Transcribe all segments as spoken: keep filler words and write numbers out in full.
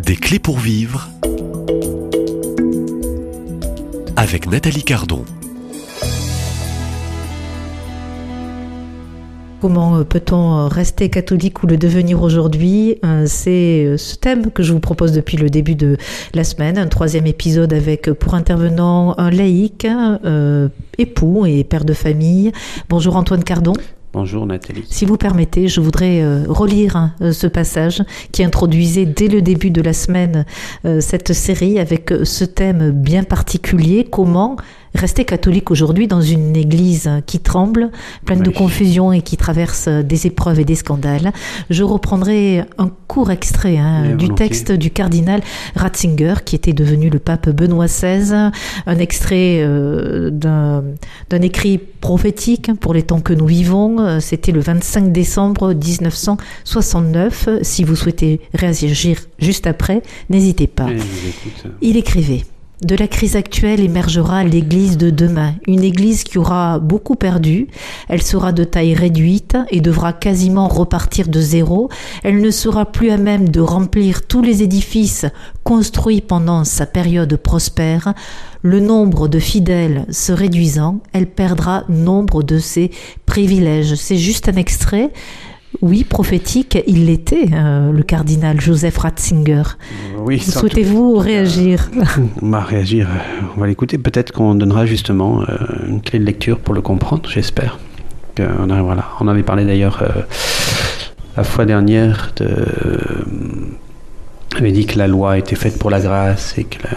Des clés pour vivre avec Nathalie Cardon. Comment peut-on rester catholique ou le devenir aujourd'hui ? C'est ce thème que je vous propose depuis le début de la semaine. Un troisième épisode avec pour intervenant un laïc, euh, époux et père de famille. Bonjour Antoine Cardon. Bonjour Nathalie. Si vous permettez, je voudrais euh, relire hein, ce passage qui introduisait dès le début de la semaine euh, cette série avec ce thème bien particulier. Comment rester catholique aujourd'hui dans une église qui tremble, pleine oui. de confusion et qui traverse des épreuves et des scandales. Je reprendrai un court extrait hein, du texte du cardinal Ratzinger, qui était devenu le pape Benoît seize, un extrait euh, d'un, d'un écrit prophétique pour les temps que nous vivons. C'était le vingt-cinq décembre dix-neuf cent soixante-neuf. Si vous souhaitez réagir juste après, n'hésitez pas. Oui, il écrivait: de la crise actuelle émergera l'Église de demain, une Église qui aura beaucoup perdu. Elle sera de taille réduite et devra quasiment repartir de zéro. Elle ne sera plus à même de remplir tous les édifices construits pendant sa période prospère. Le nombre de fidèles se réduisant, elle perdra nombre de ses privilèges. C'est juste un extrait. Oui, prophétique, il l'était, euh, le cardinal Joseph Ratzinger. Oui, souhaitez-vous tout... réagir ? On va réagir, on va l'écouter. Peut-être qu'on donnera justement euh, une clé de lecture pour le comprendre, j'espère. On, a, voilà. on avait parlé d'ailleurs euh, la fois dernière, de, euh, on avait dit que la loi était faite pour la grâce et que la,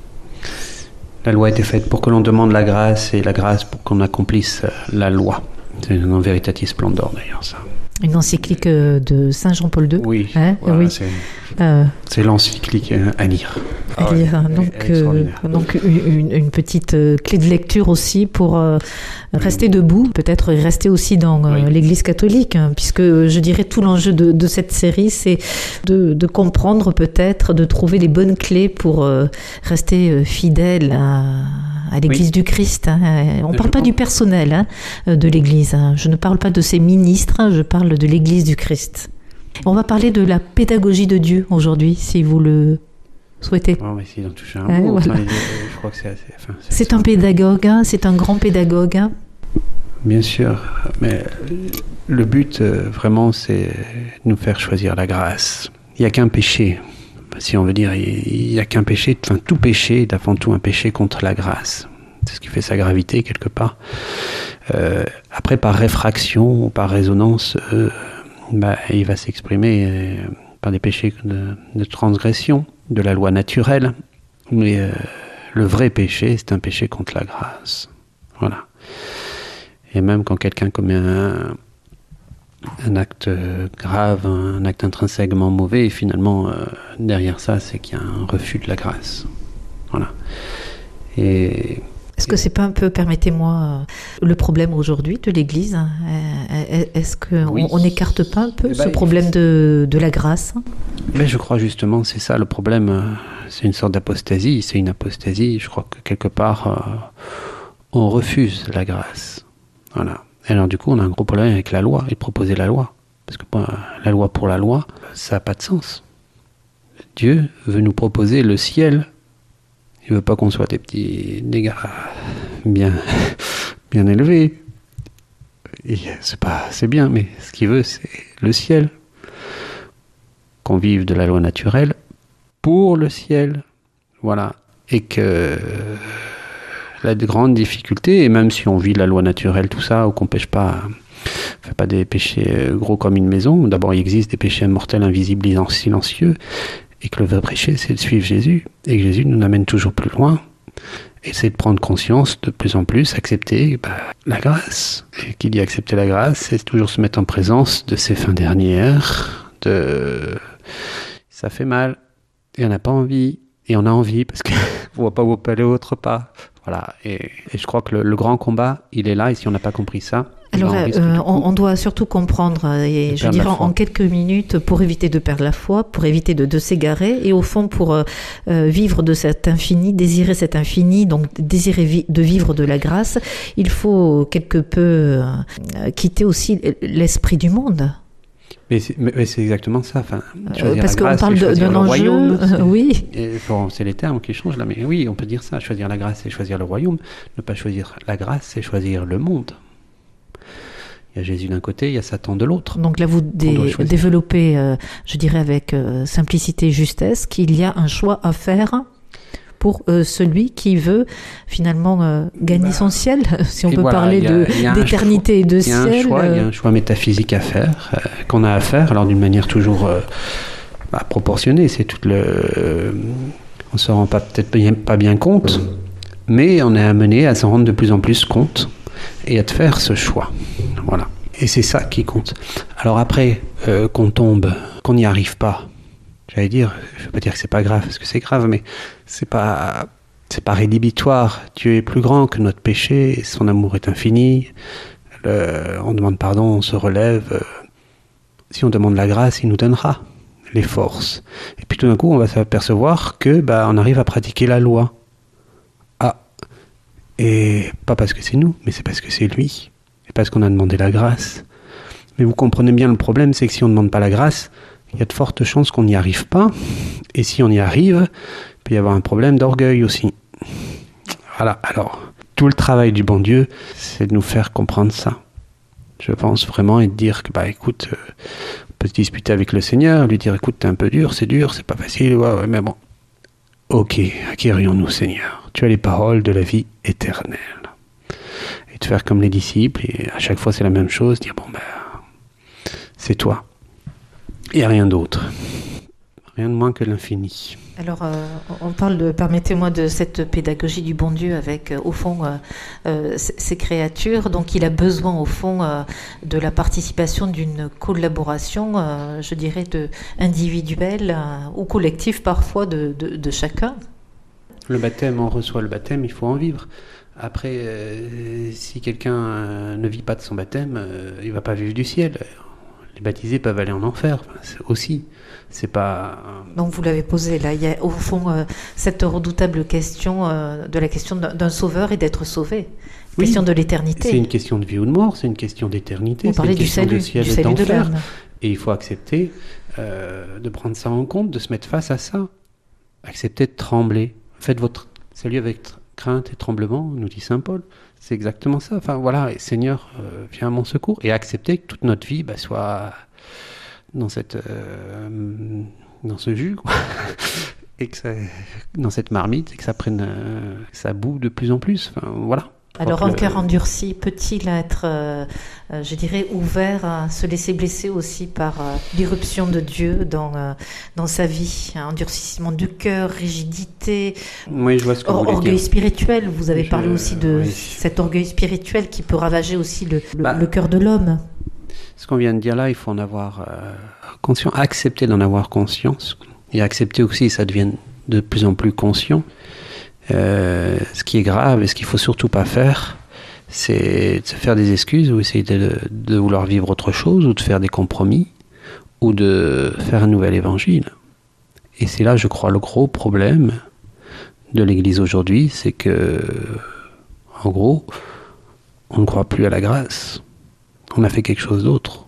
la loi était faite pour que l'on demande la grâce et la grâce pour qu'on accomplisse la loi. C'est un Veritatis Splendor d'ailleurs, ça. Une encyclique de Saint Jean-Paul deux. Oui, hein voilà, oui. C'est, euh, c'est l'encyclique à lire. À lire. Ah ouais, donc, euh, donc une, une petite clé de lecture aussi pour euh, rester debout, peut-être rester aussi dans euh, oui. l'Église catholique, hein, puisque je dirais tout l'enjeu de, de cette série, c'est de, de comprendre peut-être, de trouver les bonnes clés pour euh, rester fidèle à... à l'Église oui. du Christ. Hein. On ne parle pas du personnel hein, de l'Église. Hein. Je ne parle pas de ses ministres, hein, je parle de l'Église du Christ. On va parler de la pédagogie de Dieu aujourd'hui, si vous le souhaitez. On va essayer d'en toucher un mot. Hein, voilà. enfin, je crois que c'est assez... Enfin, c'est c'est un pédagogue, hein, c'est un grand pédagogue. Hein. Bien sûr, mais le but, euh, vraiment, c'est de nous faire choisir la grâce. Il n'y a qu'un péché. Si on veut dire, il n'y a qu'un péché, enfin tout péché est avant tout un péché contre la grâce. C'est ce qui fait sa gravité quelque part. Euh, après, par réfraction ou par résonance, euh, bah, il va s'exprimer euh, par des péchés de, de transgression de la loi naturelle. Mais euh, le vrai péché, c'est un péché contre la grâce. Voilà. Et même quand quelqu'un commet un... un acte grave, un acte intrinsèquement mauvais, et finalement, euh, derrière ça, c'est qu'il y a un refus de la grâce. Voilà. Et... Est-ce que c'est pas un peu, permettez-moi, le problème aujourd'hui de l'Église ? Est-ce qu'on oui. on n'écarte pas un peu eh ben, ce problème de, de la grâce ? Mais je crois justement, c'est ça le problème. C'est une sorte d'apostasie. C'est une apostasie. Je crois que quelque part, euh, on refuse la grâce. Voilà. Et alors du coup, on a un gros problème avec la loi et de proposer la loi. Parce que bah, la loi pour la loi, ça n'a pas de sens. Dieu veut nous proposer le ciel. Il ne veut pas qu'on soit des petits des gars bien, bien élevés. Et c'est, pas, c'est bien, mais ce qu'il veut, c'est le ciel. Qu'on vive de la loi naturelle pour le ciel. Voilà. Et que... la grande difficulté, et même si on vit la loi naturelle, tout ça, ou qu'on pêche pas, fait pas des péchés gros comme une maison, d'abord il existe des péchés mortels, invisibles, silencieux, et que le vrai péché, c'est de suivre Jésus, et que Jésus nous amène toujours plus loin, et c'est de prendre conscience de plus en plus, accepter bah, la grâce. Et qui dit accepter la grâce, c'est toujours se mettre en présence de ces fins dernières, de... ça fait mal, et on n'a pas envie, et on a envie, parce qu'on ne voit pas où on peut aller autre part. Voilà, et, et je crois que le, le grand combat, il est là, et si on n'a pas compris ça... Alors, on, euh, on, on doit surtout comprendre, et je dirais en quelques minutes, pour éviter de perdre la foi, pour éviter de, de s'égarer, et au fond pour euh, vivre de cet infini, désirer cet infini, donc désirer vi- de vivre de la grâce, il faut quelque peu euh, quitter aussi l'esprit du monde. Mais c'est, mais c'est exactement ça. Enfin, euh, parce qu'on parle de, d'un enjeu, royaume, euh, oui. Et, bon, c'est les termes qui changent là, mais oui, on peut dire ça. Choisir la grâce, c'est choisir le royaume. Ne pas choisir la grâce, c'est choisir le monde. Il y a Jésus d'un côté, il y a Satan de l'autre. Donc là, vous dé- développez, euh, je dirais avec euh, simplicité et justesse, qu'il y a un choix à faire pour euh, celui qui veut finalement euh, gagner bah, son ciel, si on peut voilà, parler a, de, d'éternité et de il y a ciel. Un choix, euh... Il y a un choix métaphysique à faire, euh, qu'on a à faire, alors d'une manière toujours euh, bah, proportionnée. C'est tout le, euh, on ne s'en rend pas, peut-être bien, pas bien compte, mais on est amené à s'en rendre de plus en plus compte et à te faire ce choix. Voilà. Et c'est ça qui compte. Alors après, euh, qu'on tombe, qu'on n'y arrive pas, j'allais dire, je ne veux pas dire que c'est pas grave, parce que c'est grave, mais c'est pas, c'est pas rédhibitoire. Dieu est plus grand que notre péché, son amour est infini. Le, on demande pardon, on se relève. Si on demande la grâce, il nous donnera les forces. Et puis tout d'un coup, on va s'apercevoir que bah, on arrive à pratiquer la loi. Ah, et pas parce que c'est nous, mais c'est parce que c'est lui. Et parce qu'on a demandé la grâce. Mais vous comprenez bien le problème, c'est que si on ne demande pas la grâce, il y a de fortes chances qu'on n'y arrive pas. Et si on y arrive, il peut y avoir un problème d'orgueil aussi. Voilà, alors, tout le travail du bon Dieu, c'est de nous faire comprendre ça. Je pense vraiment, et de dire que, bah écoute, euh, on peut se disputer avec le Seigneur, lui dire, écoute, t'es un peu dur, c'est dur, c'est pas facile, ouais, ouais, mais bon. Ok, acquérions-nous, Seigneur. Tu as les paroles de la vie éternelle. Et de faire comme les disciples, et à chaque fois c'est la même chose, dire, bon, ben, c'est toi. Et rien d'autre. Rien de moins que l'infini. Alors, euh, on parle, de, permettez-moi, de cette pédagogie du bon Dieu avec, euh, au fond, euh, euh, ces créatures. Donc, il a besoin, au fond, euh, de la participation d'une collaboration, euh, je dirais, de, individuelle euh, ou collective, parfois, de, de, de chacun. Le baptême, on reçoit le baptême, il faut en vivre. Après, euh, si quelqu'un euh, ne vit pas de son baptême, euh, il ne va pas vivre du ciel. Les baptisés peuvent aller en enfer, c'est aussi. C'est pas... Donc vous l'avez posé là, il y a au fond euh, cette redoutable question euh, de la question d'un, d'un sauveur et d'être sauvé. Oui, question de l'éternité. C'est une question de vie ou de mort, c'est une question d'éternité. Vous parlez du salut, de ciel du et salut de d'enfer. l'âme. Et il faut accepter euh, de prendre ça en compte, de se mettre face à ça. Accepter de trembler. Faites votre salut avec crainte et tremblement, nous dit saint Paul. C'est exactement ça. Enfin voilà, et Seigneur, euh, viens à mon secours. Et accepter que toute notre vie bah, soit dans, cette, euh, dans ce jus, quoi. Et que ça, dans cette marmite, et que ça prenne, euh, ça boue de plus en plus. Enfin voilà. Alors un le... cœur endurci peut-il être, euh, euh, je dirais, ouvert à se laisser blesser aussi par euh, l'irruption de Dieu dans, euh, dans sa vie, un endurcissement du cœur, rigidité, oui, je vois ce que or, vous voulez orgueil dire. spirituel. Vous avez je... parlé aussi de oui. cet orgueil spirituel qui peut ravager aussi le, le, bah, le cœur de l'homme. Ce qu'on vient de dire là, il faut en avoir euh, conscience, accepter d'en avoir conscience, et accepter aussi, ça devient de plus en plus conscient. Euh, ce qui est grave et ce qu'il ne faut surtout pas faire, c'est de se faire des excuses ou essayer de, de vouloir vivre autre chose ou de faire des compromis ou de faire un nouvel évangile. Et c'est là, je crois, le gros problème de l'Église aujourd'hui, c'est que, en gros, on ne croit plus à la grâce. On a fait quelque chose d'autre.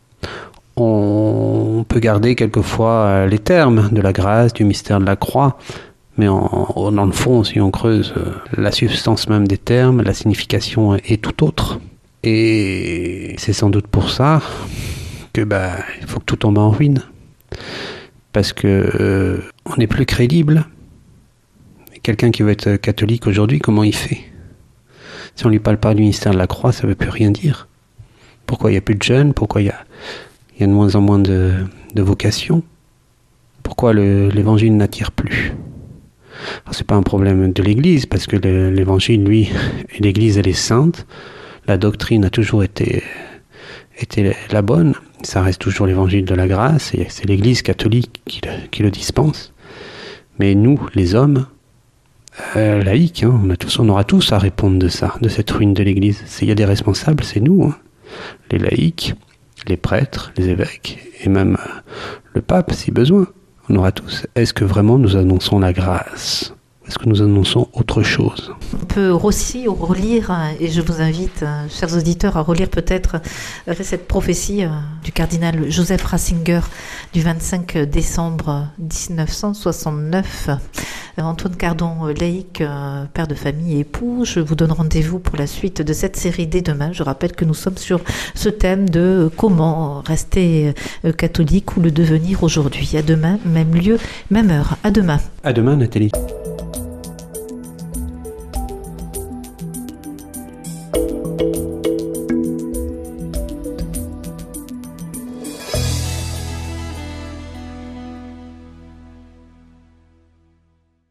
On peut garder quelquefois les termes de la grâce, du mystère de la croix, mais en, en, dans le fond, si on creuse, la substance même des termes, la signification est tout autre. Et c'est sans doute pour ça que bah, il faut que tout tombe en ruine. Parce que euh, on n'est plus crédible. Quelqu'un qui veut être catholique aujourd'hui, comment il fait? Si on ne lui parle pas du mystère de la croix, ça ne veut plus rien dire. Pourquoi il n'y a plus de jeunes? Pourquoi il y a, il y a de moins en moins de, de vocations? Pourquoi le, l'évangile n'attire plus? Alors, c'est pas un problème de l'Église, parce que le, l'évangile, lui, et l'Église, elle est sainte. La doctrine a toujours été, été la bonne. Ça reste toujours l'évangile de la grâce, et c'est l'Église catholique qui le, qui le dispense. Mais nous, les hommes, euh, laïcs, hein, on, a tous, on aura tous à répondre de ça, de cette ruine de l'Église. Il y a des responsables, c'est nous, hein. Les laïcs, les prêtres, les évêques, et même euh, le pape, si besoin. On aura tous. Est-ce que vraiment nous annonçons la grâce? est-ce que nous annonçons autre chose? On peut aussi relire, et je vous invite, chers auditeurs, à relire peut-être cette prophétie du cardinal Joseph Ratzinger du vingt-cinq décembre dix-neuf cent soixante-neuf. Antoine Cardon, laïc, père de famille et époux, je vous donne rendez-vous pour la suite de cette série dès demain. Je rappelle que nous sommes sur ce thème de comment rester catholique ou le devenir aujourd'hui. À demain, même lieu, même heure. À demain. À demain, Nathalie.